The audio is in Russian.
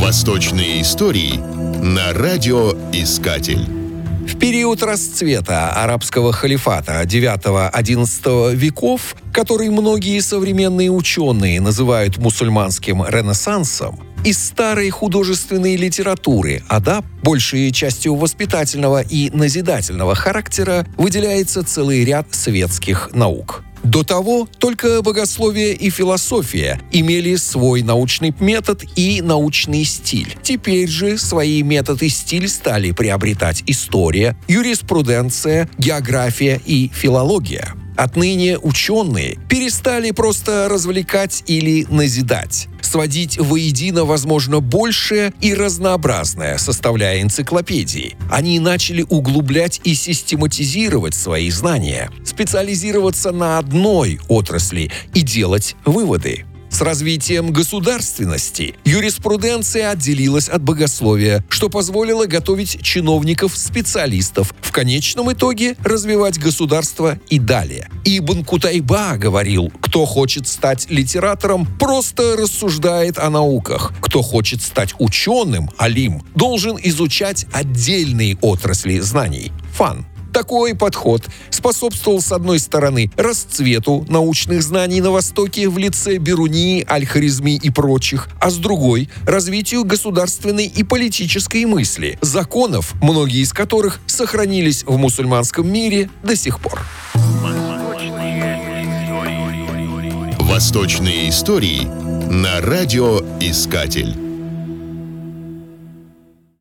Восточные истории на радиоискатель. В период расцвета арабского халифата IX-XI веков, который многие современные ученые называют мусульманским ренессансом, из старой художественной литературы адаб, большей частью воспитательного и назидательного характера, выделяется целый ряд светских наук. До того только богословие и философия имели свой научный метод и научный стиль. Теперь же свои метод и стиль стали приобретать история, юриспруденция, география и филология. Отныне ученые перестали просто развлекать или назидать, сводить воедино, возможно, большее и разнообразное, составляя энциклопедии. Они начали углублять и систематизировать свои знания, специализироваться на одной отрасли и делать выводы. С развитием государственности юриспруденция отделилась от богословия, что позволило готовить чиновников-специалистов, в конечном итоге развивать государство и далее. Ибн Кутайба говорил: кто хочет стать литератором, просто рассуждает о науках. Кто хочет стать ученым, алим, должен изучать отдельные отрасли знаний. Фан. Такой подход способствовал, с одной стороны, расцвету научных знаний на Востоке в лице Бирунии, Аль-Хорезми и прочих, а с другой – развитию государственной и политической мысли, законов, многие из которых сохранились в мусульманском мире до сих пор. Восточные истории на радиоискатель.